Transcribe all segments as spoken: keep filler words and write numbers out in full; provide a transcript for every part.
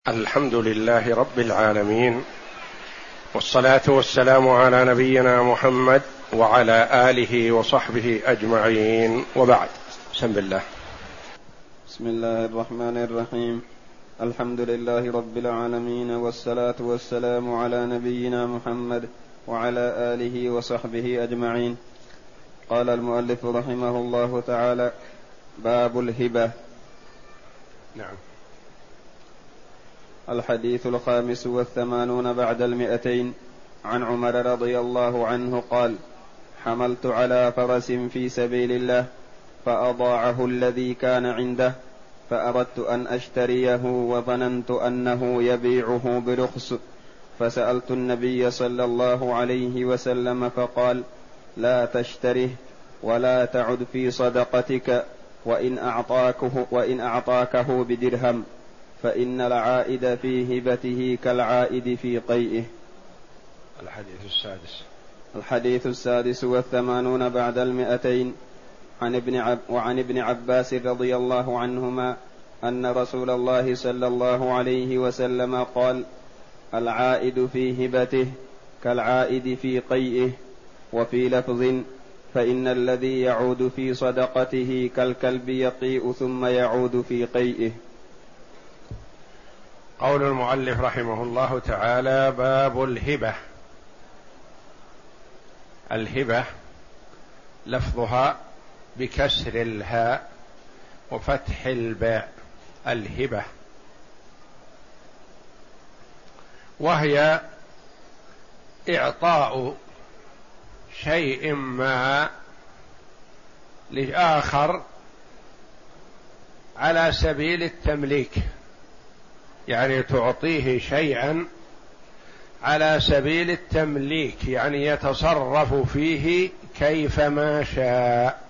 الحمد لله رب العالمين، والصلاة والسلام على نبينا محمد وعلى آله وصحبه أجمعين، وبعد. بسم الله. بسم الله الرحمن الرحيم. الحمد لله رب العالمين، والصلاة والسلام على نبينا محمد وعلى آله وصحبه أجمعين. قال المؤلف رحمه الله تعالى: باب الهبة. نعم. الحديث الخامس والثمانون بعد المئتين. عن عمر رضي الله عنه قال: حملت على فرس في سبيل الله فأضاعه الذي كان عنده، فأردت أن أشتريه وظننت أنه يبيعه برخص، فسألت النبي صلى الله عليه وسلم فقال: لا تشتره ولا تعد في صدقتك، وإن أعطاكه, وإن أعطاكه بدرهم، فإن العائد في هبته كالعائد في قيئه. الحديث السادس. الحديث السادس والثمانون بعد المئتين. عن ابن عب وعن ابن عباس رضي الله عنهما أن رسول الله صلى الله عليه وسلم قال: العائد في هبته كالعائد في قيئه. وفي لفظ: فإن الذي يعود في صدقته كالكلب يقيء ثم يعود في قيئه. قول المؤلف رحمه الله تعالى: باب الهبة. الهبة لفظها بكسر الهاء وفتح الباء، الهبة، وهي إعطاء شيء ما لآخر على سبيل التمليك، يعني تعطيه شيئا على سبيل التمليك، يعني يتصرف فيه كيفما شاء.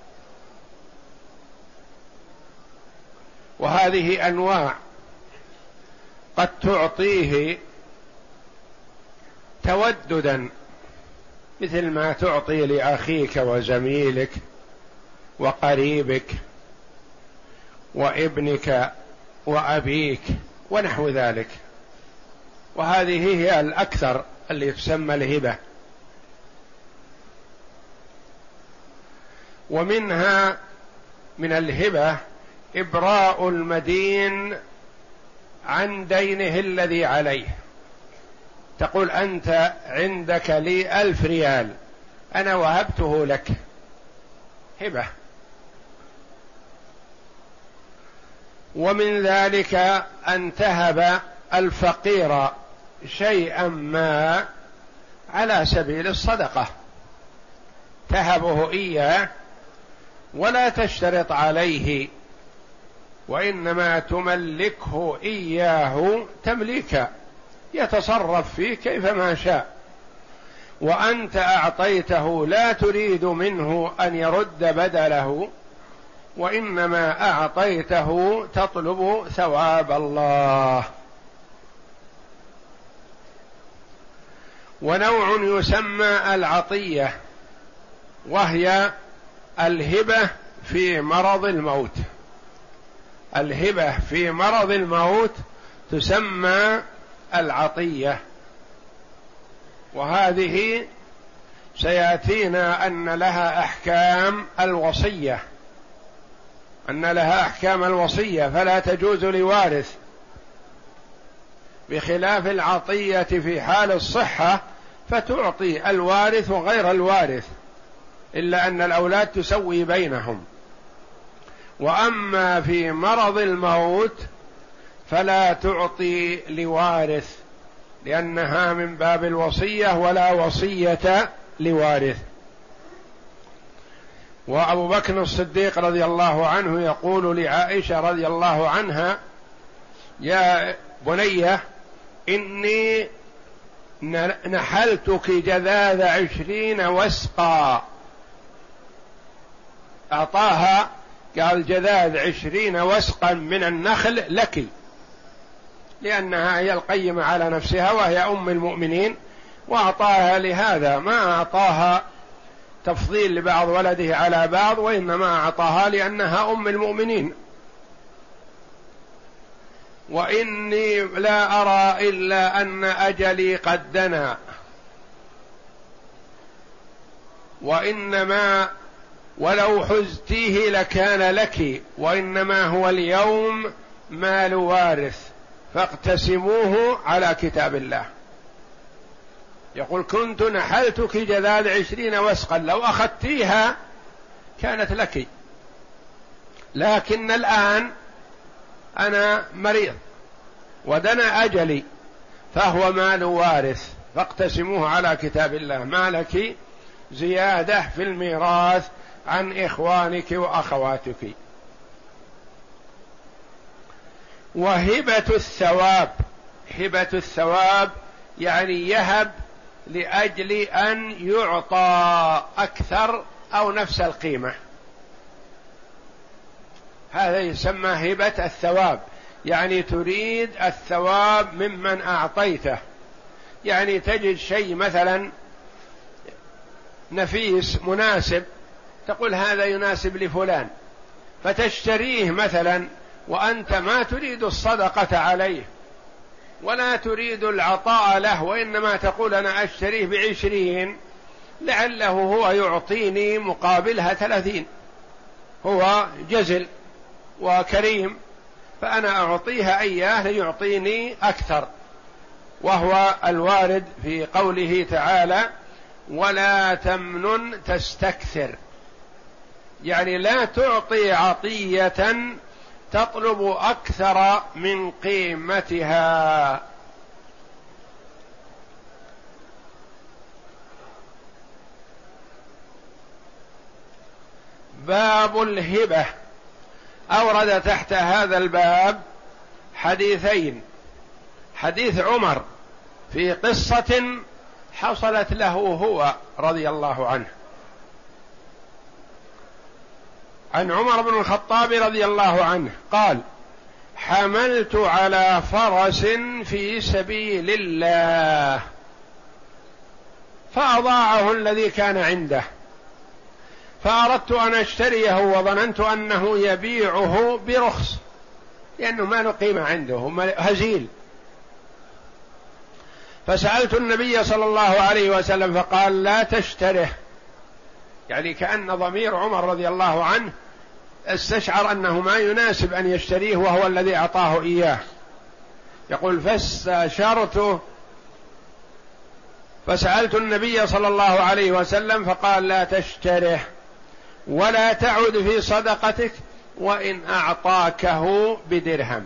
وهذه أنواع: قد تعطيه توددا، مثل ما تعطي لأخيك وزميلك وقريبك وابنك وأبيك ونحو ذلك، وهذه هي الأكثر اللي تسمى الهبة. ومنها من الهبة إبراء المدين عن دينه الذي عليه. تقول: أنت عندك لي ألف ريال، أنا وهبته لك، هبة. ومن ذلك أن تهب الفقير شيئا ما على سبيل الصدقة، تهبه إياه ولا تشترط عليه، وإنما تملكه إياه تمليكا يتصرف فيه كيفما شاء، وأنت أعطيته لا تريد منه أن يرد بدله، وإنما أعطيته تطلب ثواب الله. ونوع يسمى العطية، وهي الهبة في مرض الموت. الهبة في مرض الموت تسمى العطية، وهذه سيأتينا أن لها أحكام الوصية، أن لها أحكام الوصية، فلا تجوز لوارث، بخلاف العطية في حال الصحة فتعطي الوارث وغير الوارث، إلا أن الأولاد تسوي بينهم. وأما في مرض الموت فلا تعطي لوارث، لأنها من باب الوصية ولا وصية لوارث. وأبو بكر الصديق رضي الله عنه يقول لعائشة رضي الله عنها: يا بنية، إني نحلتك جذاذ عشرين وسقا. أعطاها، قال: جذاذ عشرين وسقا من النخل لك، لأنها هي القيمة على نفسها وهي أم المؤمنين، وأعطاها لهذا، ما أعطاها تفضيل لبعض ولده على بعض، وإنما أعطاها لأنها أم المؤمنين. وإني لا أرى إلا أن أجلي قد دنا، وإنما ولو حزتيه لكان لك، وإنما هو اليوم مال وارث فاقتسموه على كتاب الله. يقول كنت نحلتك جذاذ عشرين وسقا، لو أخذتيها كانت لك، لكن الآن أنا مريض ودنا أجلي فهو مال وارث فاقتسموه على كتاب الله، ما لك زيادة في الميراث عن إخوانك وأخواتك. وهبة الثواب، هبة الثواب يعني يهب لأجل أن يعطى أكثر أو نفس القيمة، هذا يسمى هبة الثواب، يعني تريد الثواب ممن أعطيته. يعني تجد شيء مثلا نفيس مناسب تقول هذا يناسب لفلان فتشتريه مثلا، وأنت ما تريد الصدقة عليه ولا تريد العطاء له، وإنما تقول أنا أشتريه بعشرين لعله هو يعطيني مقابلها ثلاثين، هو جزل وكريم فأنا أعطيها إياه ليعطيني أكثر، وهو الوارد في قوله تعالى ولا تمنن تستكثر، يعني لا تعطي عطية تطلب أكثر من قيمتها. باب الهبة، أورد تحت هذا الباب حديثين، حديث عمر في قصة حصلت له هو رضي الله عنه، عن عمر بن الخطاب رضي الله عنه قال حملت على فرس في سبيل الله فأضاعه الذي كان عنده، فأردت أن أشتريه وظننت أنه يبيعه برخص لأنه ما له قيمة عنده هزيل، فسألت النبي صلى الله عليه وسلم فقال لا تشتره، يعني كأن ضمير عمر رضي الله عنه استشعر أنه ما يناسب أن يشتريه وهو الذي أعطاه إياه. يقول فاستشرته فسألت النبي صلى الله عليه وسلم فقال لا تشتره ولا تعد في صدقتك وإن أعطاكه بدرهم،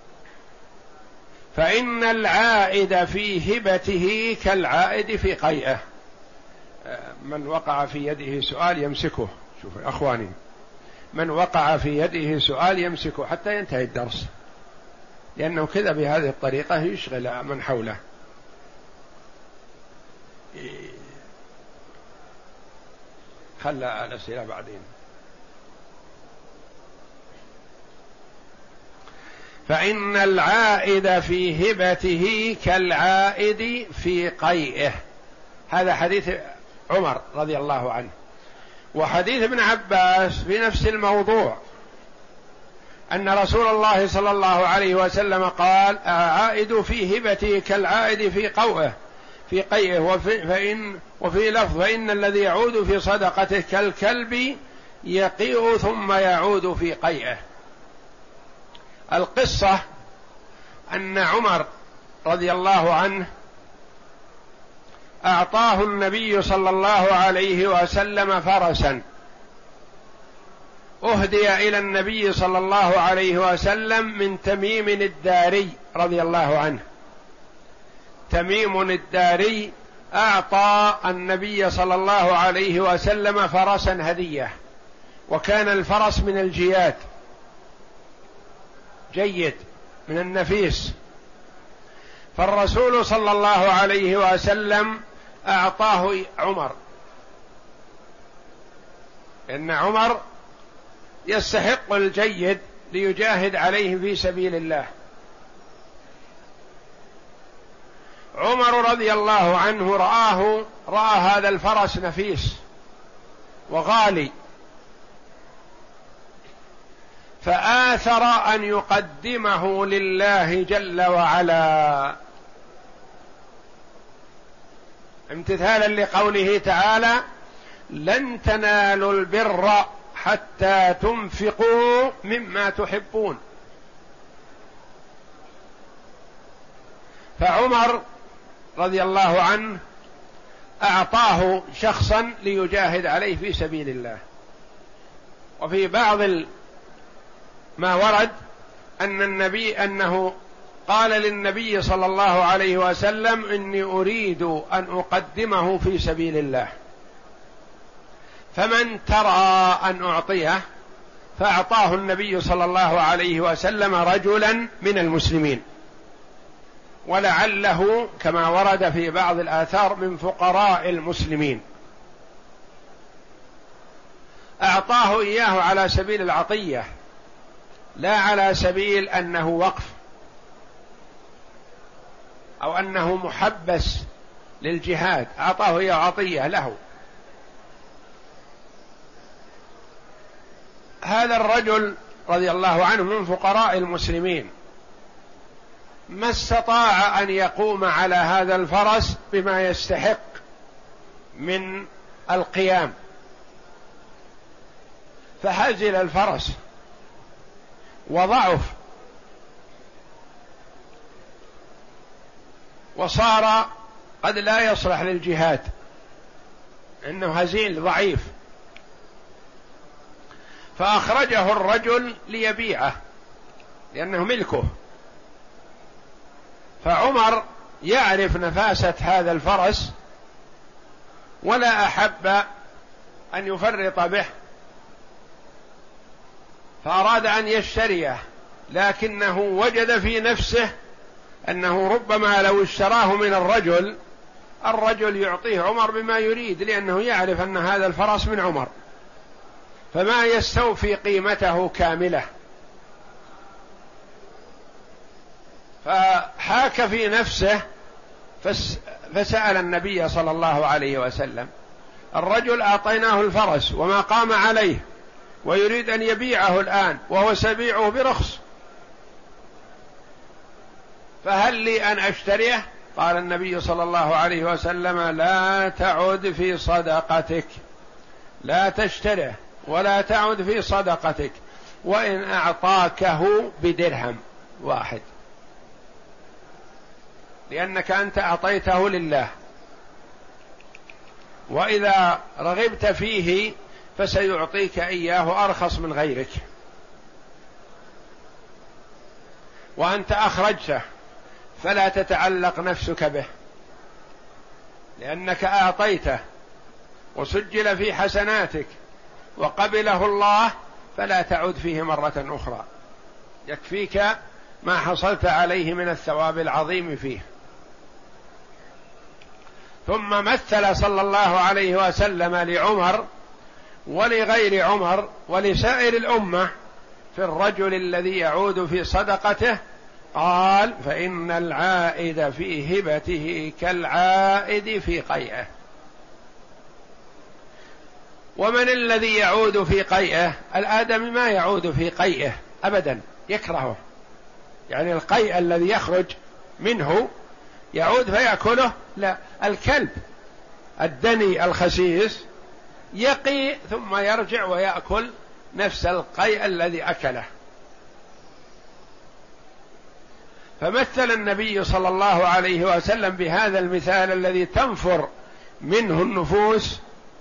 فإن العائد في هبته كالعائد في قيئه. من وقع في يده سؤال يمسكه، شوف أخواني، من وقع في يده سؤال يمسكه حتى ينتهي الدرس، لأنه كذا بهذه الطريقة يشغل من حوله. خلى الأسئلة بعدين. فإن العائد في هبته كالعائد في قيئه، هذا حديث عمر رضي الله عنه. وحديث ابن عباس في نفس الموضوع أن رسول الله صلى الله عليه وسلم قال عائد في هبته كالعائد في قوئه في قيئه، وفي, فإن وفي لفظ فإن الذي يعود في صدقته كالكلب يقيء ثم يعود في قيئه. القصة أن عمر رضي الله عنه أعطاه النبي صلى الله عليه وسلم فرسا أهدي إلى النبي صلى الله عليه وسلم من تميم الداري رضي الله عنه. تميم الداري أعطى النبي صلى الله عليه وسلم فرسا هدية، وكان الفرس من الجياد جيد من النفيس، فالرسول صلى الله عليه وسلم أعطاه عمر، إن عمر يستحق الجيد ليجاهد عليه في سبيل الله. عمر رضي الله عنه رآه رأى هذا الفرس نفيس وغالي، فآثر أن يقدمه لله جل وعلا، امتثالا لقوله تعالى: لن تنالوا البر حتى تنفقوا مما تحبون. فعمر رضي الله عنه أعطاه شخصا ليجاهد عليه في سبيل الله. وفي بعض ما ورد أن النبي أنه قال للنبي صلى الله عليه وسلم: إني أريد أن أقدمه في سبيل الله، فمن ترى أن أعطيه؟ فأعطاه النبي صلى الله عليه وسلم رجلا من المسلمين، ولعله كما ورد في بعض الآثار من فقراء المسلمين. أعطاه إياه على سبيل العطية، لا على سبيل أنه وقف أو أنه محبس للجهاد، أعطاه إياه عطية له. هذا الرجل رضي الله عنه من فقراء المسلمين، ما استطاع أن يقوم على هذا الفرس بما يستحق من القيام، فهزل الفرس وضعف، وصار قد لا يصلح للجهاد، إنه هزيل ضعيف. فأخرجه الرجل ليبيعه لأنه ملكه. فعمر يعرف نفاسة هذا الفرس ولا أحب أن يفرط به، فأراد أن يشتريه، لكنه وجد في نفسه أنه ربما لو اشتراه من الرجل الرجل يعطيه عمر بما يريد، لأنه يعرف أن هذا الفرس من عمر، فما يستوفي قيمته كاملة. فحاك في نفسه فسأل النبي صلى الله عليه وسلم. الرجل أعطيناه الفرس وما قام عليه ويريد أن يبيعه الآن وهو سبيعه برخص، فهل لي أن أشتريه؟ قال النبي صلى الله عليه وسلم: لا تعد في صدقتك، لا تشتره ولا تعد في صدقتك، وإن أعطاكه بدرهم واحد، لأنك أنت أعطيته لله، وإذا رغبت فيه فسيعطيك إياه أرخص من غيرك، وأنت أخرجته فلا تتعلق نفسك به، لأنك أعطيته وسجل في حسناتك وقبله الله، فلا تعد فيه مرة أخرى، يكفيك ما حصلت عليه من الثواب العظيم فيه. ثم مثل صلى الله عليه وسلم لعمر ولغير عمر ولسائر الأمة في الرجل الذي يعود في صدقته، قال: فإن العائد في هبته كالعائد في قيئه. ومن الذي يعود في قيئه؟ الآدمي ما يعود في قيئه أبدا، يكرهه، يعني القيء الذي يخرج منه يعود فيأكله؟ لا، الكلب الدني الخسيس يقي ثم يرجع ويأكل نفس القيء الذي أكله. فمثل النبي صلى الله عليه وسلم بهذا المثال الذي تنفر منه النفوس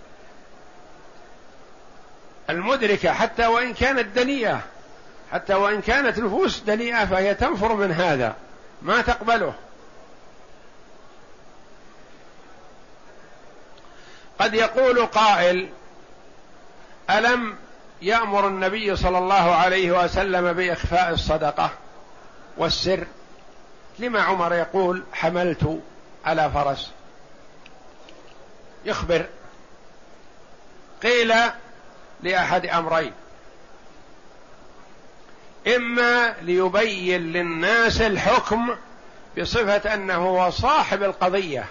المدركة، حتى وإن كانت دنيئة، حتى وإن كانت نفوس دنيئة فهي تنفر من هذا، ما تقبله. قد يقول قائل: ألم يأمر النبي صلى الله عليه وسلم بإخفاء الصدقة والسر؟ لما عمر يقول حملت على فرس يخبر؟ قيل لأحد أمرين: إما ليبين للناس الحكم بصفة أنه هو صاحب القضية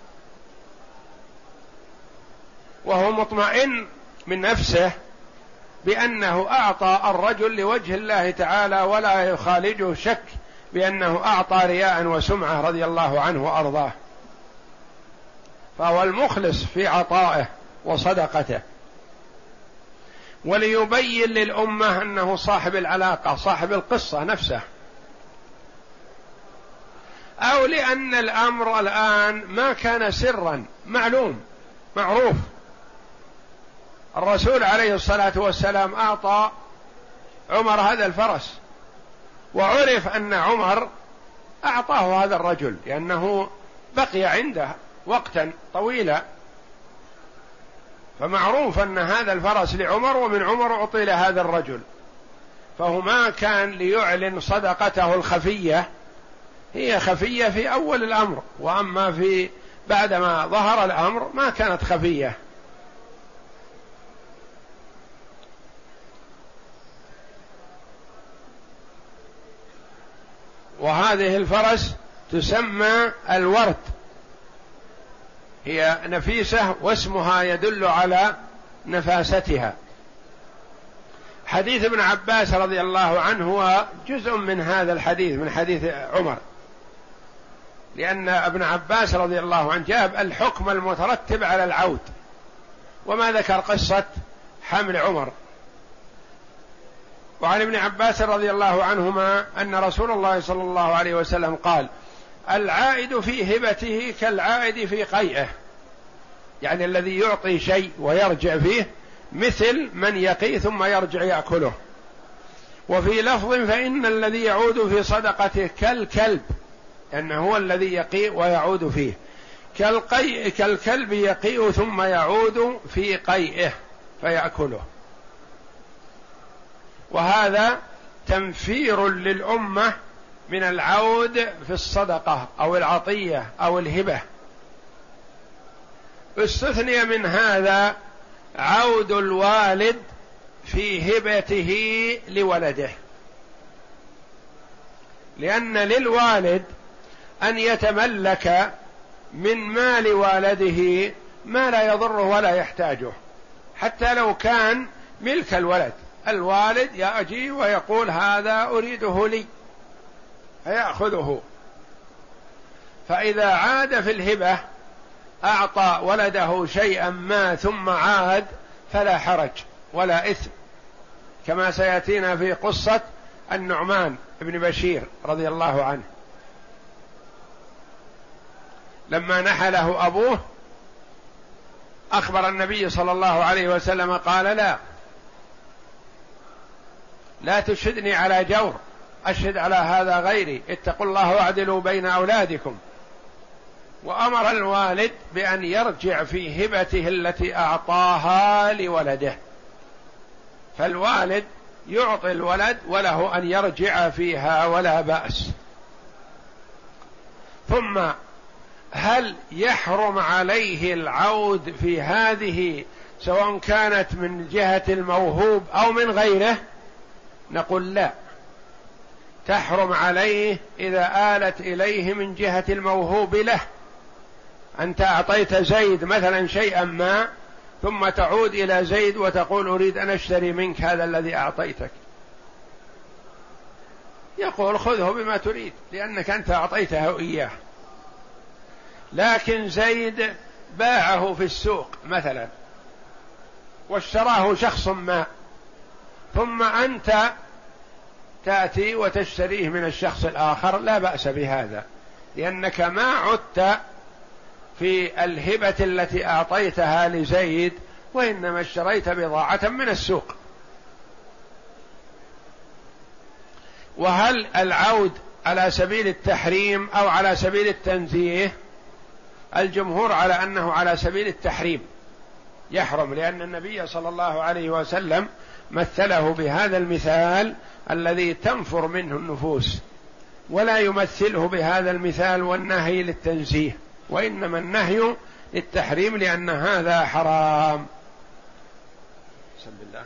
وهو مطمئن من نفسه بأنه أعطى الرجل لوجه الله تعالى ولا يخالجه شك بأنه أعطى رياء وسمعة رضي الله عنه وأرضاه، فهو المخلص في عطائه وصدقته، وليبين للأمة أنه صاحب العلاقة صاحب القصة نفسه، أو لأن الأمر الآن ما كان سرا معلوم معروف. الرسول عليه الصلاة والسلام أعطى عمر هذا الفرس، وعرف أن عمر أعطاه هذا الرجل لأنه بقي عنده وقتا طويلا، فمعروف أن هذا الفرس لعمر ومن عمر أعطي لهذا الرجل، فهو ما كان ليعلن صدقته الخفية، هي خفية في أول الأمر، وأما في بعدما ظهر الأمر ما كانت خفية. وهذه الفرس تسمى الورد، هي نفيسة واسمها يدل على نفاستها. حديث ابن عباس رضي الله عنه هو جزء من هذا الحديث، من حديث عمر، لأن ابن عباس رضي الله عنه جاب الحكم المترتب على العود، وما ذكر قصة حمل عمر. وعن ابن عباس رضي الله عنهما أن رسول الله صلى الله عليه وسلم قال: العائد في هبته كالعائد في قيئه، يعني الذي يعطي شيء ويرجع فيه مثل من يقي ثم يرجع يأكله. وفي لفظ: فإن الذي يعود في صدقته كالكلب، لأنه هو الذي يقي ويعود فيه، كالقيء كالكلب يقيء ثم يعود في قيئه فيأكله. وهذا تنفير للأمة من العود في الصدقة أو العطية أو الهبة. استثني من هذا عود الوالد في هبته لولده، لأن للوالد أن يتملك من مال والده ما لا يضره ولا يحتاجه، حتى لو كان ملك الولد، الوالد يأتي ويقول: هذا أريده لي، فيأخذه. فإذا عاد في الهبة أعطى ولده شيئا ما ثم عاد فلا حرج ولا إثم، كما سيأتينا في قصة النعمان بن بشير رضي الله عنه لما نحله أبوه، أخبر النبي صلى الله عليه وسلم قال: لا لا تشهدني على جور، أشهد على هذا غيري، اتقوا الله واعدلوا بين أولادكم. وأمر الوالد بأن يرجع في هبته التي أعطاها لولده، فالوالد يعطي الولد وله أن يرجع فيها ولا بأس. ثم هل يحرم عليه العود في هذه سواء كانت من جهة الموهوب أو من غيره؟ نقول لا، تحرم عليه إذا آلت إليه من جهة الموهوب له. أنت أعطيت زيد مثلا شيئا ما ثم تعود إلى زيد وتقول: أريد أن أشتري منك هذا الذي أعطيتك، يقول: خذه بما تريد، لأنك أنت أعطيته إياه. لكن زيد باعه في السوق مثلا واشتراه شخص ما، ثم أنت تأتي وتشتريه من الشخص الآخر، لا بأس بهذا، لأنك ما عدت في الهبة التي أعطيتها لزيد، وإنما اشتريت بضاعة من السوق. وهل العود على سبيل التحريم أو على سبيل التنزيه؟ الجمهور على أنه على سبيل التحريم، يحرم، لأن النبي صلى الله عليه وسلم مثله بهذا المثال الذي تنفر منه النفوس، ولا يمثله بهذا المثال والنهي للتنزيه، وإنما النهي للتحريم لأن هذا حرام. بسم الله.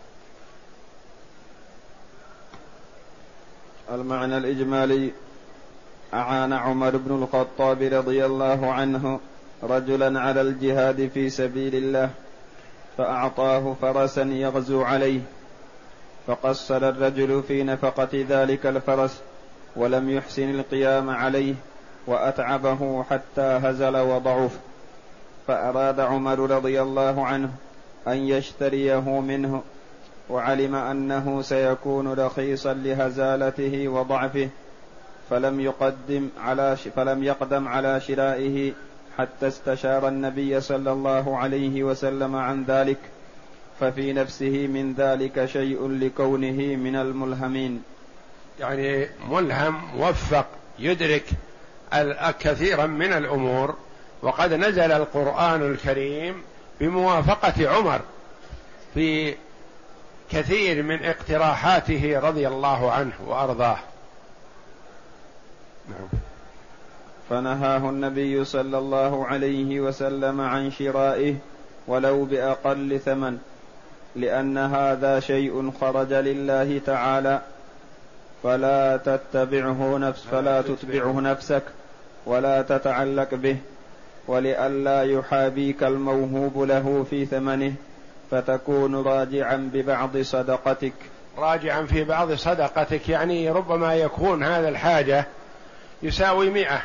المعنى الإجمالي: أعان عمر بن الخطاب رضي الله عنه رجلا على الجهاد في سبيل الله، فأعطاه فرسا يغزو عليه، فقصر الرجل في نفقة ذلك الفرس ولم يحسن القيام عليه وأتعبه حتى هزل وضعف، فأراد عمر رضي الله عنه أن يشتريه منه، وعلم أنه سيكون رخيصا لهزالته وضعفه، فلم يقدم على فلم يقدم على شرائه حتى استشار النبي صلى الله عليه وسلم عن ذلك، ففي نفسه من ذلك شيء لكونه من الملهمين. يعني ملهم موفق يدرك الكثير من الأمور، وقد نزل القرآن الكريم بموافقة عمر في كثير من اقتراحاته رضي الله عنه وأرضاه. نعم. فنهاه النبي صلى الله عليه وسلم عن شرائه ولو بأقل ثمن، لأن هذا شيء خرج لله تعالى، فلا تتبعه نفس فلا تتبعه نفسك ولا تتعلق به، ولئلا يحابيك الموهوب له في ثمنه فتكون راجعا ببعض صدقتك. راجعا في بعض صدقتك يعني ربما يكون هذا الحاجة يساوي مئة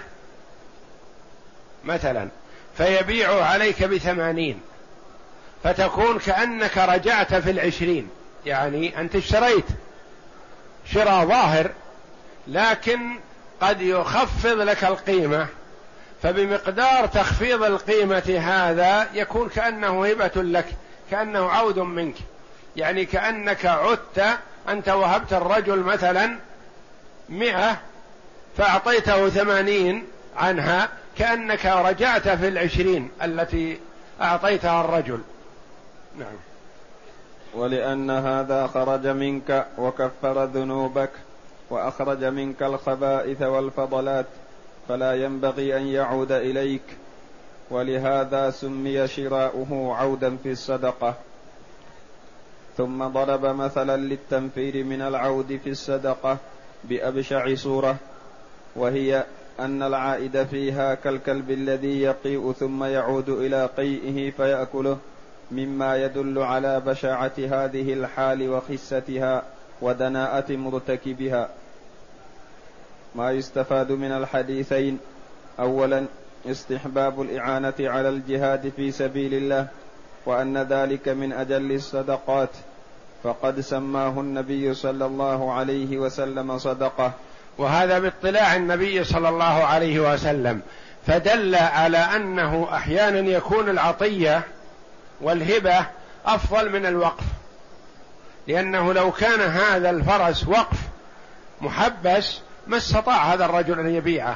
مثلا، فيبيع عليك بثمانين، فتكون كأنك رجعت في العشرين، يعني أنت اشتريت شراء ظاهر لكن قد يخفض لك القيمة، فبمقدار تخفيض القيمة هذا يكون كأنه هبة لك، كأنه عود منك، يعني كأنك عدت، أنت وهبت الرجل مثلا مئة فأعطيته ثمانين عنها، كأنك رجعت في العشرين التي أعطيتها الرجل. نعم. ولأن هذا خرج منك وكفر ذنوبك وأخرج منك الخبائث والفضلات، فلا ينبغي أن يعود إليك، ولهذا سمي شراؤه عودا في الصدقة. ثم ضرب مثلا للتنفير من العود في الصدقة بأبشع صورة، وهي أن العائد فيها كالكلب الذي يقيء ثم يعود إلى قيئه فيأكله، مما يدل على بشاعة هذه الحال وخستها ودناءة مرتكبها. ما يستفاد من الحديثين: أولا استحباب الإعانة على الجهاد في سبيل الله، وأن ذلك من أجل الصدقات، فقد سماه النبي صلى الله عليه وسلم صدقة، وهذا باطلاع النبي صلى الله عليه وسلم، فدل على أنه أحيانا يكون العطية والهبة أفضل من الوقف، لأنه لو كان هذا الفرس وقف محبس ما استطاع هذا الرجل أن يبيعه،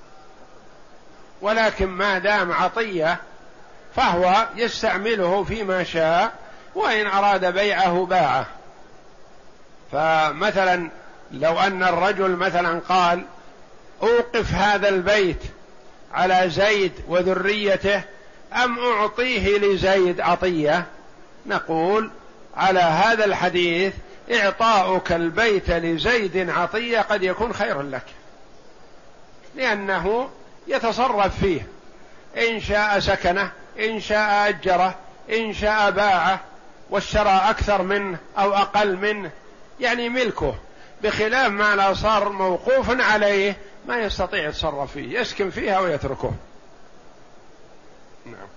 ولكن ما دام عطية فهو يستعمله فيما شاء، وإن أراد بيعه باعه. فمثلا لو أن الرجل مثلا قال أوقف هذا البيت على زيد وذريته أم أعطيه لزيد عطية، نقول على هذا الحديث إعطاؤك البيت لزيد عطية قد يكون خير لك، لأنه يتصرف فيه، إن شاء سكنه، إن شاء أجره، إن شاء باعه واشترى أكثر منه أو أقل منه، يعني ملكه، بخلاف ما لا صار موقوف عليه ما يستطيع يتصرف فيه، يسكن فيها ويتركه. نعم.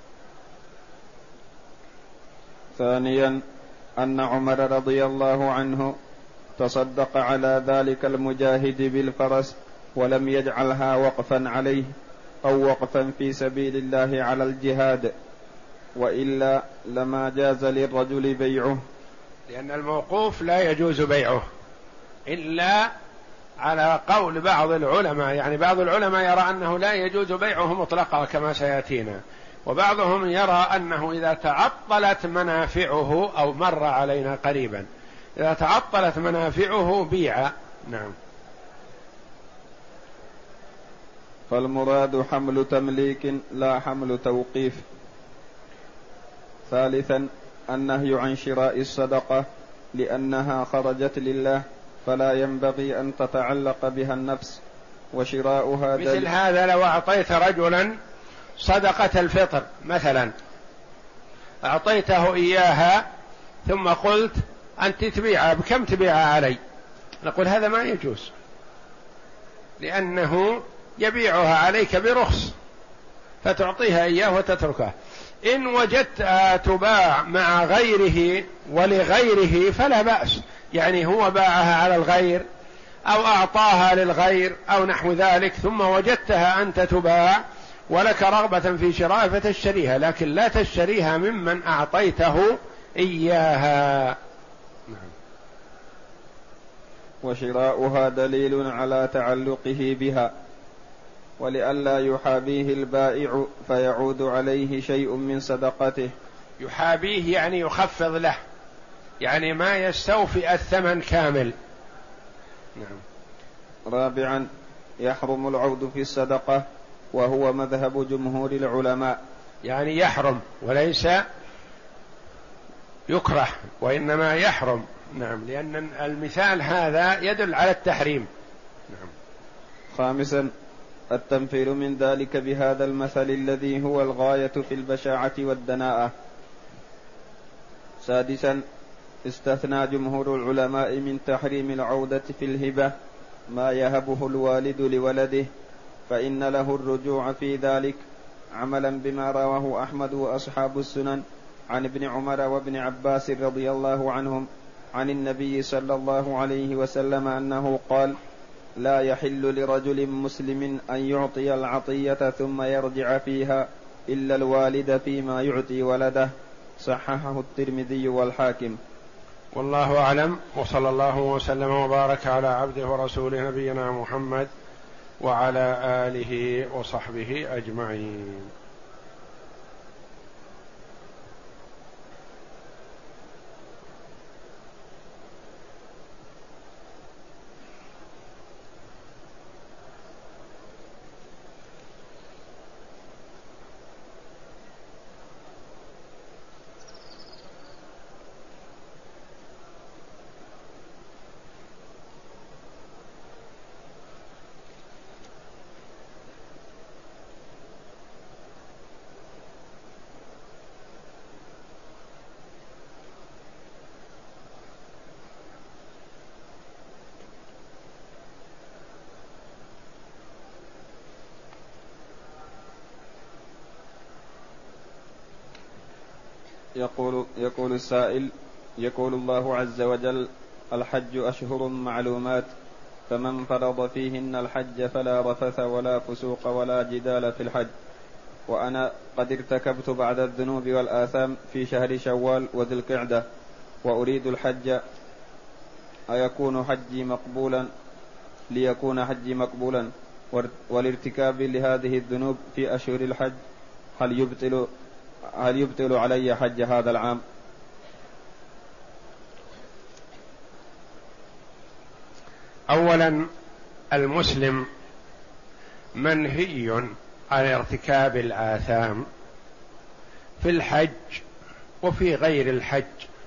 ثانيا أن عمر رضي الله عنه تصدق على ذلك المجاهد بالفرس ولم يجعلها وقفا عليه أو وقفا في سبيل الله على الجهاد، وإلا لما جاز للرجل بيعه، لأن الموقوف لا يجوز بيعه إلا على قول بعض العلماء، يعني بعض العلماء يرى أنه لا يجوز بيعه مطلقا كما سيأتينا، وبعضهم يرى أنه إذا تعطلت منافعه، أو مر علينا قريبا، إذا تعطلت منافعه بيع. نعم. فالمراد حمل تمليك لا حمل توقيف. ثالثا النهي عن شراء الصدقة لأنها خرجت لله، فلا ينبغي أن تتعلق بها النفس، وشراؤها مثل هذا لو أعطيت رجلا صدقة الفطر مثلا أعطيته إياها ثم قلت أنت تبيعها بكم تبيعها علي؟ نقول هذا ما يجوز، لأنه يبيعها عليك برخص فتعطيها إياه وتتركه. إن وجدتها تباع مع غيره ولغيره فلا بأس، يعني هو باعها على الغير أو أعطاها للغير أو نحو ذلك، ثم وجدتها أنت تباع ولك رغبة في شراء فتشتريها، لكن لا تشتريها ممن أعطيته إياها. وشراؤها دليل على تعلقه بها، ولئلا يحابيه البائع فيعود عليه شيء من صدقته. يحابيه يعني يخفض له، يعني ما يستوفي الثمن كامل. نعم. رابعا يحرم العود في الصدقة، وهو مذهب جمهور العلماء. يعني يحرم وليس يكره، وإنما يحرم. نعم، لأن المثال هذا يدل على التحريم. نعم. خامسا التنفير من ذلك بهذا المثل الذي هو الغاية في البشاعة والدناءة. سادسا استثنى جمهور العلماء من تحريم العودة في الهبة ما يهبه الوالد لولده، فإن له الرجوع في ذلك، عملا بما رواه أحمد وأصحاب السنن عن ابن عمر وابن عباس رضي الله عنهم عن النبي صلى الله عليه وسلم أنه قال: لا يحل لرجل مسلم أن يعطي العطية ثم يرجع فيها إلا الوالد فيما يعطي ولده. صححه الترمذي والحاكم. والله أعلم، وصلى الله وسلم وبارك على عبده ورسوله نبينا محمد وعلى آله وصحبه أجمعين. يقول, يقول السائل: يقول الله عز وجل: الحج أشهر معلومات، فمن فرض فيهن الحج فلا رفث ولا فسوق ولا جدال في الحج، وأنا قد ارتكبت بعض الذنوب والآثام في شهر شوال وذي القعدة وأريد الحج، أيكون حجي مقبولا ليكون حجي مقبولا والارتكاب لهذه الذنوب في أشهر الحج هل يبطل هل يبطل علي حج هذا العام؟ أولا، المسلم منهي عن ارتكاب الآثام في الحج وفي غير الحج،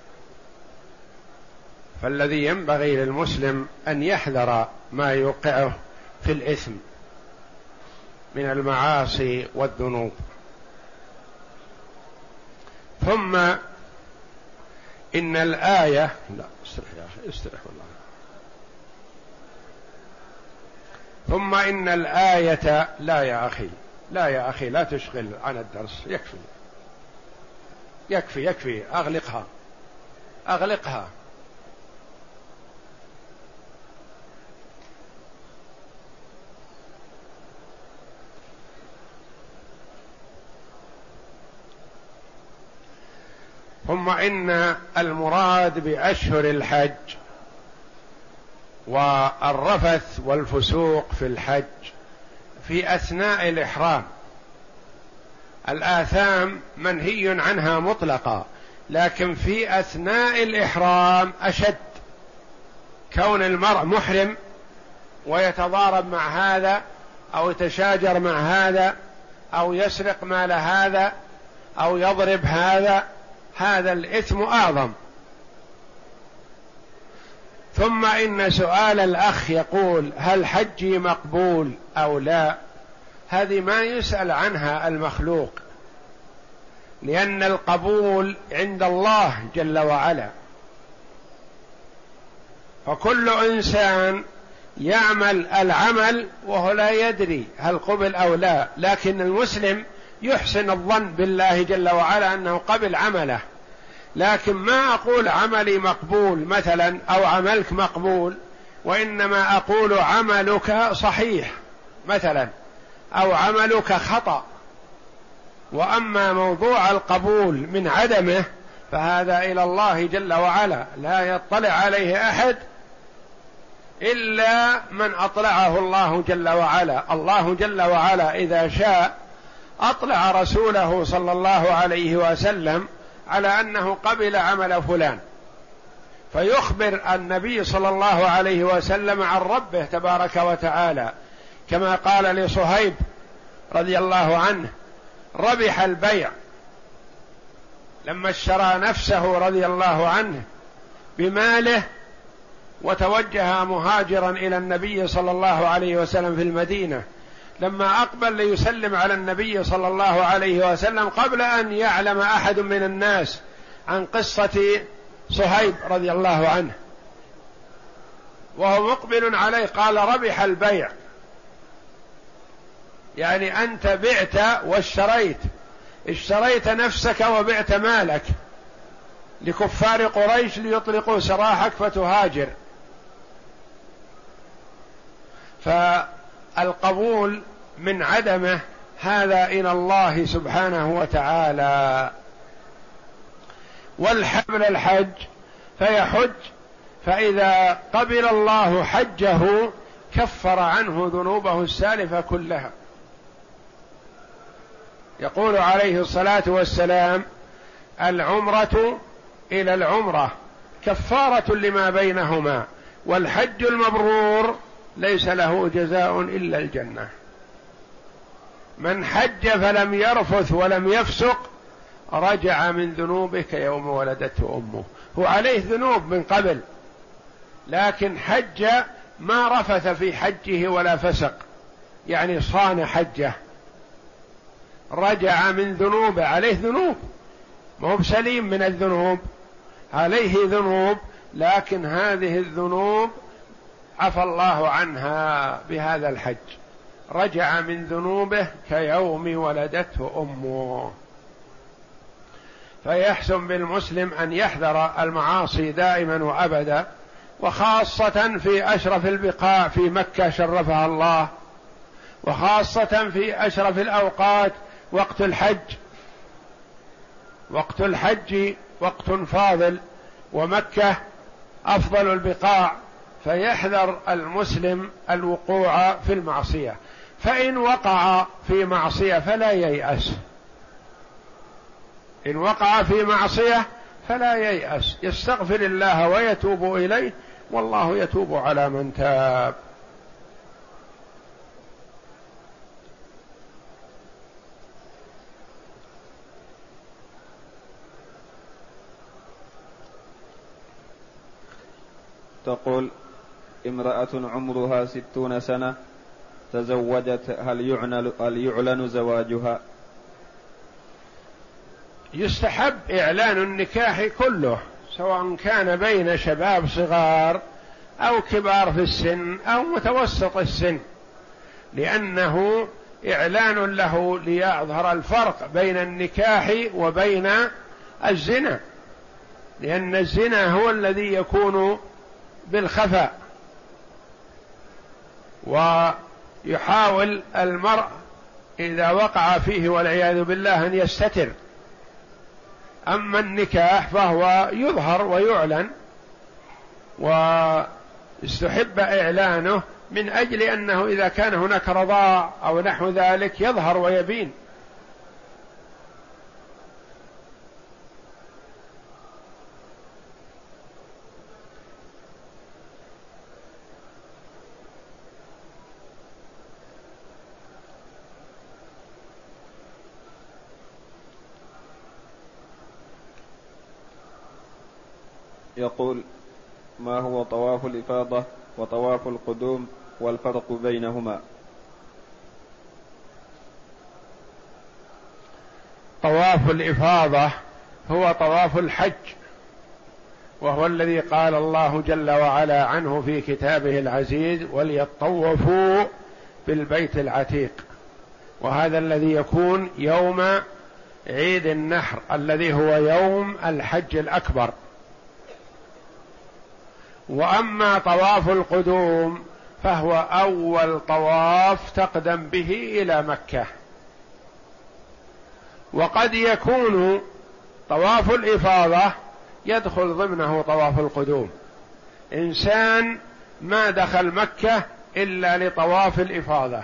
فالذي ينبغي للمسلم أن يحذر ما يوقعه في الإثم من المعاصي والذنوب. ثم إن الآية لا استرح يا أخي استرح والله ثم إن الآية لا يا أخي لا يا أخي لا تشغل عن الدرس، يكفي يكفي يكفي أغلقها أغلقها ثم إن المراد بأشهر الحج والرفث والفسوق في الحج في أثناء الإحرام. الآثام منهي عنها مطلقا، لكن في أثناء الإحرام أشد، كون المرء محرم ويتضارب مع هذا أو يتشاجر مع هذا أو يسرق مال هذا أو يضرب هذا، هذا الإثم أعظم. ثم إن سؤال الأخ يقول: هل حجي مقبول أو لا؟ هذه ما يسأل عنها المخلوق، لأن القبول عند الله جل وعلا، فكل إنسان يعمل العمل وهو لا يدري هل قبل أو لا، لكن المسلم يحسن الظن بالله جل وعلا أنه قبل عمله. لكن ما أقول عملي مقبول مثلا أو عملك مقبول، وإنما أقول عملك صحيح مثلا أو عملك خطأ. وأما موضوع القبول من عدمه فهذا إلى الله جل وعلا، لا يطلع عليه أحد إلا من أطلعه الله جل وعلا. الله جل وعلا إذا شاء أطلع رسوله صلى الله عليه وسلم على أنه قبل عمل فلان، فيخبر النبي صلى الله عليه وسلم عن ربه تبارك وتعالى، كما قال لصهيب رضي الله عنه: ربح البيع، لما اشترى نفسه رضي الله عنه بماله وتوجه مهاجرا إلى النبي صلى الله عليه وسلم في المدينة، لما أقبل ليسلم على النبي صلى الله عليه وسلم قبل أن يعلم أحد من الناس عن قصة صهيب رضي الله عنه وهو مقبل عليه، قال: ربح البيع، يعني أنت بعت واشتريت، اشتريت نفسك وبعت مالك لكفار قريش ليطلقوا سراحك فتهاجر. فالقبول من عدمه هذا إلى الله سبحانه وتعالى. والحبل الحج فيحج، فإذا قبل الله حجه كفر عنه ذنوبه السالفة كلها. يقول عليه الصلاة والسلام: العمرة إلى العمرة كفارة لما بينهما، والحج المبرور ليس له جزاء إلا الجنة. من حج فلم يرفث ولم يفسق رجع من ذنوبه كيوم ولدته أمه. هو عليه ذنوب من قبل، لكن حج ما رفث في حجه ولا فسق، يعني صان حجه، رجع من ذنوبه. عليه ذنوب، ما هو بسليم من الذنوب، عليه ذنوب، لكن هذه الذنوب عفى الله عنها بهذا الحج، رجع من ذنوبه كيوم ولدته أمه. فيحسن بالمسلم أن يحذر المعاصي دائما وأبدا، وخاصة في أشرف البقاع في مكة شرفها الله، وخاصة في أشرف الأوقات وقت الحج. وقت الحج وقت فاضل، ومكة أفضل البقاع، فيحذر المسلم الوقوع في المعصية. فإن وقع في معصية فلا ييأس، إن وقع في معصية فلا ييأس، يستغفر الله ويتوب إليه، والله يتوب على من تاب. تقول: امرأة عمرها ستون سنة تزوجت، هل يعلن, هل يعلن زواجها؟ يستحب إعلان النكاح كله، سواء كان بين شباب صغار أو كبار في السن أو متوسط السن، لأنه إعلان له ليظهر الفرق بين النكاح وبين الزنا، لأن الزنا هو الذي يكون بالخفاء، ويحاول المرء إذا وقع فيه والعياذ بالله أن يستتر. أما النكاح فهو يظهر ويعلن، واستحب إعلانه من أجل أنه إذا كان هناك رضاع أو نحو ذلك يظهر ويبين. يقول: ما هو طواف الإفاضة وطواف القدوم والفرق بينهما؟ طواف الإفاضة هو طواف الحج، وهو الذي قال الله جل وعلا عنه في كتابه العزيز: وليطوفوا بالبيت العتيق. وهذا الذي يكون يوم عيد النحر الذي هو يوم الحج الأكبر. وأما طواف القدوم فهو أول طواف تقدم به إلى مكة. وقد يكون طواف الإفاضة يدخل ضمنه طواف القدوم. إنسان ما دخل مكة إلا لطواف الإفاضة،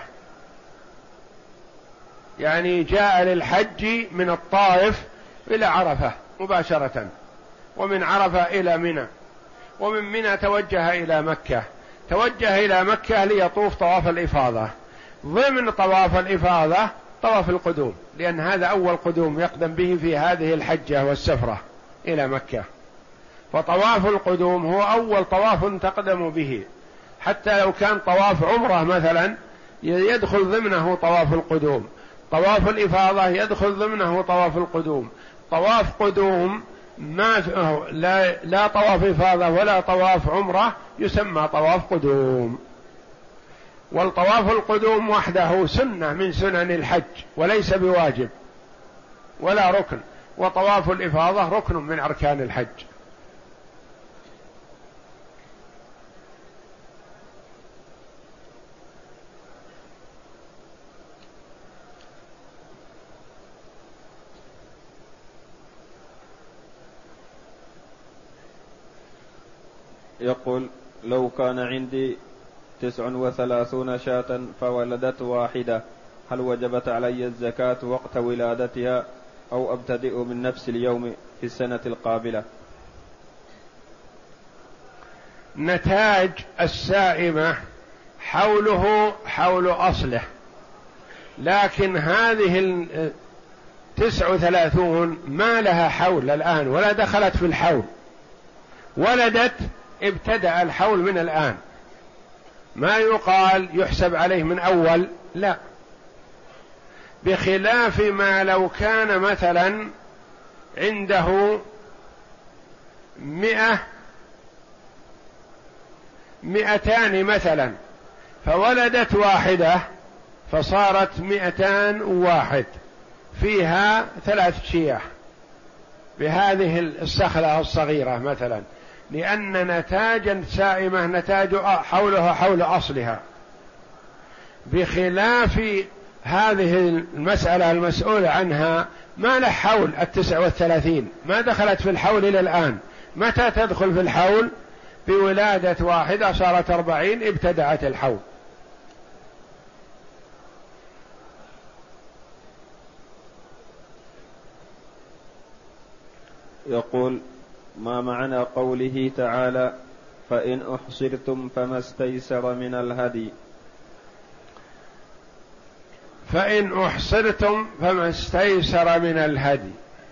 يعني جاء للحج من الطائف إلى عرفة مباشرة، ومن عرفة إلى منى، ومن منى توجه إلى مكة، توجه إلى مكة ليطوف طواف الإفاضة. ضمن طواف الإفاضة طواف القدوم، لأن هذا أول قدوم يقدم به في هذه الحجة والسفرة إلى مكة. فطواف القدوم هو أول طواف تقدم به، حتى لو كان طواف عمرة مثلا يدخل ضمنه طواف القدوم، طواف الإفاضة يدخل ضمنه طواف القدوم. طواف قدوم ما لا, لا طواف إفاضة ولا طواف عمرة يسمى طواف قدوم. والطواف القدوم وحده سنة من سنن الحج وليس بواجب ولا ركن، وطواف الإفاضة ركن من أركان الحج. يقول: لو كان عندي تسع وثلاثون شاة فولدت واحدة، هل وجبت علي الزكاة وقت ولادتها أو أبتدئ من نفس اليوم في السنة القابلة؟ نتاج السائمة حوله حول أصله، لكن هذه التسع وثلاثون ما لها حول الآن ولا دخلت في الحول، ولدت ابتدأ الحول من الآن، ما يقال يحسب عليه من أول، لا، بخلاف ما لو كان مثلا عنده مئة مئتان مثلا فولدت واحدة فصارت مئتان واحد، فيها ثلاث شياح بهذه الصخلة الصغيرة مثلا، لأن نتاج سائمة نتاج حولها حول أصلها، بخلاف هذه المسألة المسؤول عنها ما له حول التسع والثلاثين، ما دخلت في الحول إلى الآن. متى تدخل في الحول؟ بولادة واحدة صارت أربعين ابتدعت الحول. يقول: ما معنى قوله تعالى: فإن أحصرتم فما استيسر من الهدي؟ فإن أحصرتم فما استيسر من الهدي،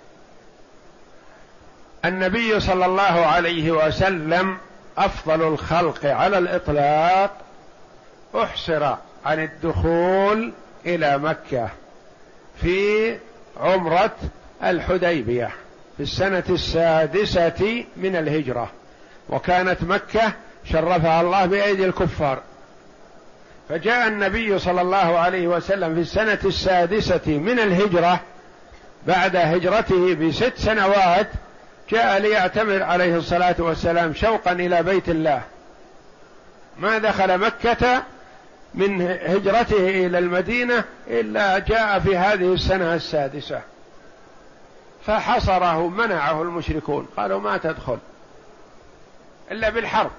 النبي صلى الله عليه وسلم أفضل الخلق على الإطلاق أحصر عن الدخول إلى مكة في عمرة الحديبية في السنة السادسة من الهجرة، وكانت مكة شرفها الله بأيدي الكفار، فجاء النبي صلى الله عليه وسلم في السنة السادسة من الهجرة بعد هجرته بست سنوات، جاء ليعتمر عليه الصلاة والسلام شوقا إلى بيت الله، ما دخل مكة من هجرته إلى المدينة إلا جاء في هذه السنة السادسة، فحصره منعه المشركون، قالوا ما تدخل إلا بالحرب.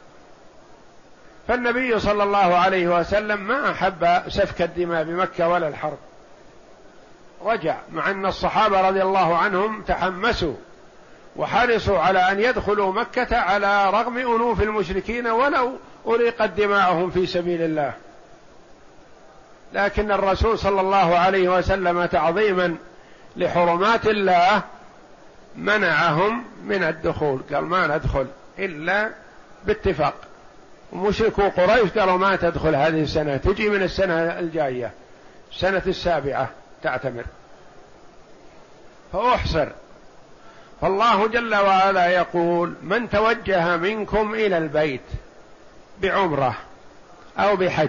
فالنبي صلى الله عليه وسلم ما أحب سفك الدماء بمكة ولا الحرب، رجع، مع أن الصحابة رضي الله عنهم تحمسوا وحرصوا على أن يدخلوا مكة على رغم أنوف المشركين ولو أريقت دماءهم في سبيل الله، لكن الرسول صلى الله عليه وسلم تعظيما لحرمات الله منعهم من الدخول، قال ما ندخل إلا باتفاق. ومشركو قريش قالوا ما تدخل هذه السنة، تجي من السنة الجاية السنة السابعة تعتمر. فأحصر. فالله جل وعلا يقول: من توجه منكم إلى البيت بعمرة أو بحج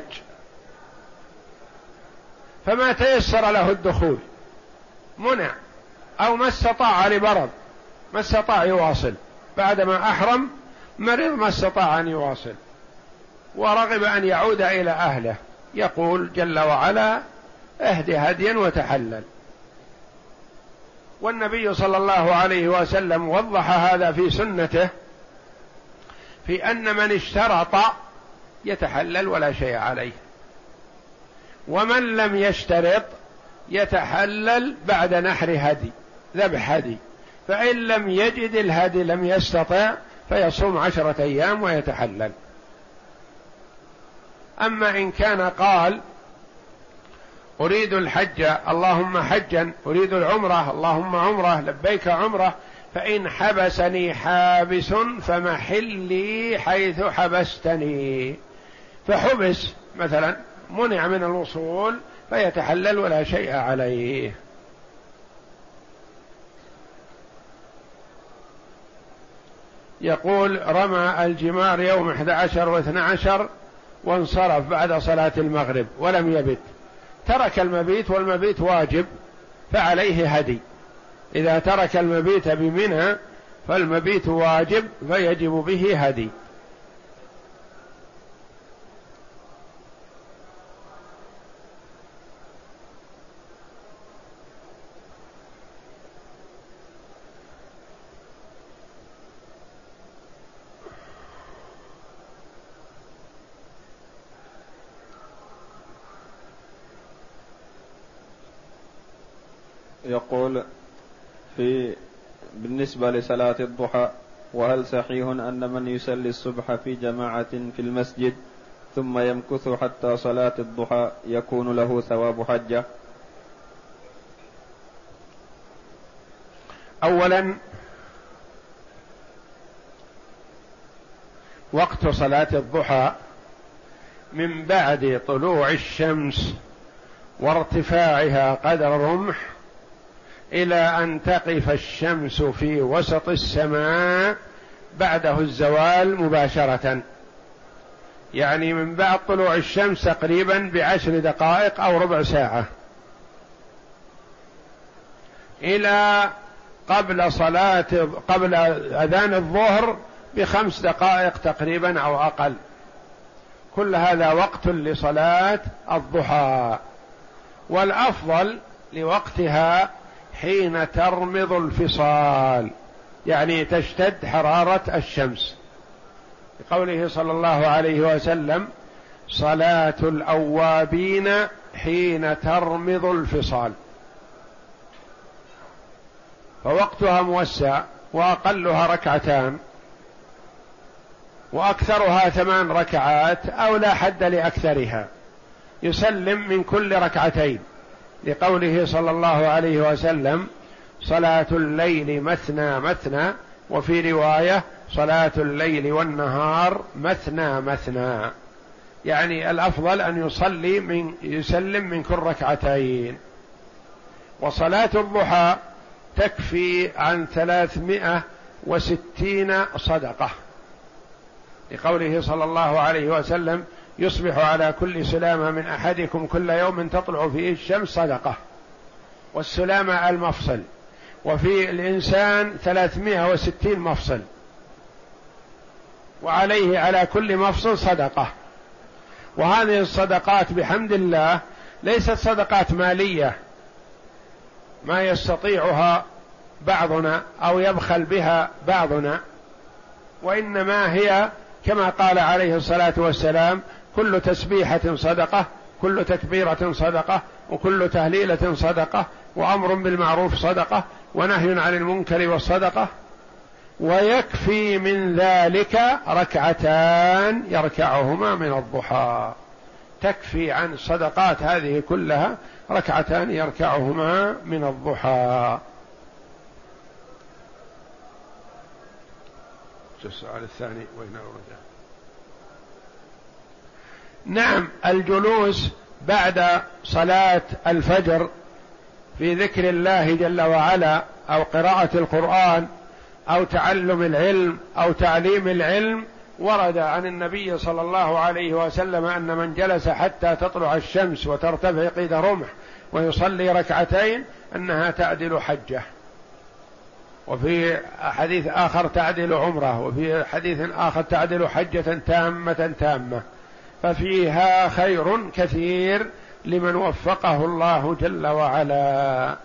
فما تيسر له الدخول منع، أو ما استطاع لمرض ما استطاع يواصل، بعدما أحرم مرض ما استطاع أن يواصل ورغب أن يعود إلى أهله، يقول جل وعلا: اهد هديا وتحلل. والنبي صلى الله عليه وسلم وضح هذا في سنته في أن من اشترط يتحلل ولا شيء عليه، ومن لم يشترط يتحلل بعد نحر هدي ذبح هدي، فإن لم يجد الهدي لم يستطع فيصوم عشرة أيام ويتحلل. أما إن كان قال: أريد الحج اللهم حجا، أريد العمرة اللهم عمرة، لبيك عمرة، فإن حبسني حابس فمحلي حيث حبستني، فحبس مثلا منع من الوصول فيتحلل ولا شيء عليه. يقول: رمى الجمار يوم أحد عشر واثنى عشر وانصرف بعد صلاة المغرب ولم يبت، ترك المبيت والمبيت واجب فعليه هدي. إذا ترك المبيت بمنى فالمبيت واجب فيجب به هدي. يقول: في بالنسبة لصلاة الضحى، وهل صحيح أن من يصلي الصبح في جماعة في المسجد ثم يمكث حتى صلاة الضحى يكون له ثواب حجة؟ أولا، وقت صلاة الضحى من بعد طلوع الشمس وارتفاعها قدر رمح إلى أن تقف الشمس في وسط السماء بعده الزوال مباشرة، يعني من بعد طلوع الشمس تقريبا بعشر دقائق أو ربع ساعة إلى قبل صلاة قبل أذان الظهر بخمس دقائق تقريبا أو أقل، كل هذا وقت لصلاة الضحى. والأفضل لوقتها حين ترمض الفصال، يعني تشتد حرارة الشمس، لقوله صلى الله عليه وسلم: صلاة الأوابين حين ترمض الفصال. فوقتها موسع، وأقلها ركعتان وأكثرها ثمان ركعات أو لا حد لأكثرها، يسلم من كل ركعتين، لقوله صلى الله عليه وسلم: صلاة الليل مثنى مثنى، وفي رواية: صلاة الليل والنهار مثنى مثنى، يعني الأفضل أن يصلي من يسلم من كل ركعتين. وصلاة الضحى تكفي عن ثلاثمائة وستين صدقة، لقوله صلى الله عليه وسلم: يصبح على كل سلامة من أحدكم كل يوم تطلع فيه الشمس صدقة، والسلامة المفصل، وفي الإنسان ثلاثمائة وستين مفصل، وعليه على كل مفصل صدقة. وهذه الصدقات بحمد الله ليست صدقات مالية ما يستطيعها بعضنا أو يبخل بها بعضنا، وإنما هي كما قال عليه الصلاة والسلام: كل تسبيحة صدقة، كل تكبيرة صدقة، وكل تهليلة صدقة، وأمر بالمعروف صدقة، ونهي عن المنكر والصدقة. ويكفي من ذلك ركعتان يركعهما من الضحى، تكفي عن الصدقات هذه كلها ركعتان يركعهما من الضحى. السؤال الثاني وين الرجاء؟ نعم، الجلوس بعد صلاة الفجر في ذكر الله جل وعلا أو قراءة القرآن أو تعلم العلم أو تعليم العلم، ورد عن النبي صلى الله عليه وسلم أن من جلس حتى تطلع الشمس وترتفع قيد رمح ويصلي ركعتين أنها تعدل حجة، وفي حديث آخر تعدل عمره، وفي حديث آخر تعدل حجة تامة تامة، ففيها خير كثير لمن وفقه الله جل وعلا.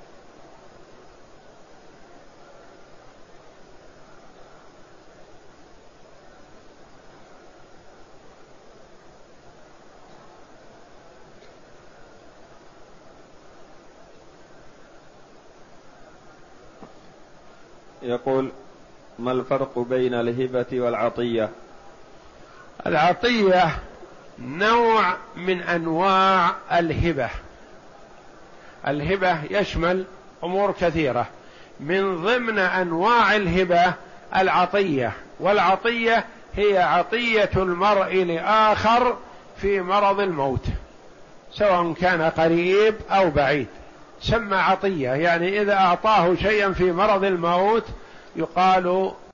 يقول: ما الفرق بين الهبة والعطية؟ العطية نوع من أنواع الهبة. الهبة يشمل أمور كثيرة، من ضمن أنواع الهبة العطية، والعطية هي عطية المرء لآخر في مرض الموت، سواء كان قريب أو بعيد، سمى عطية، يعني إذا أعطاه شيئا في مرض الموت يقال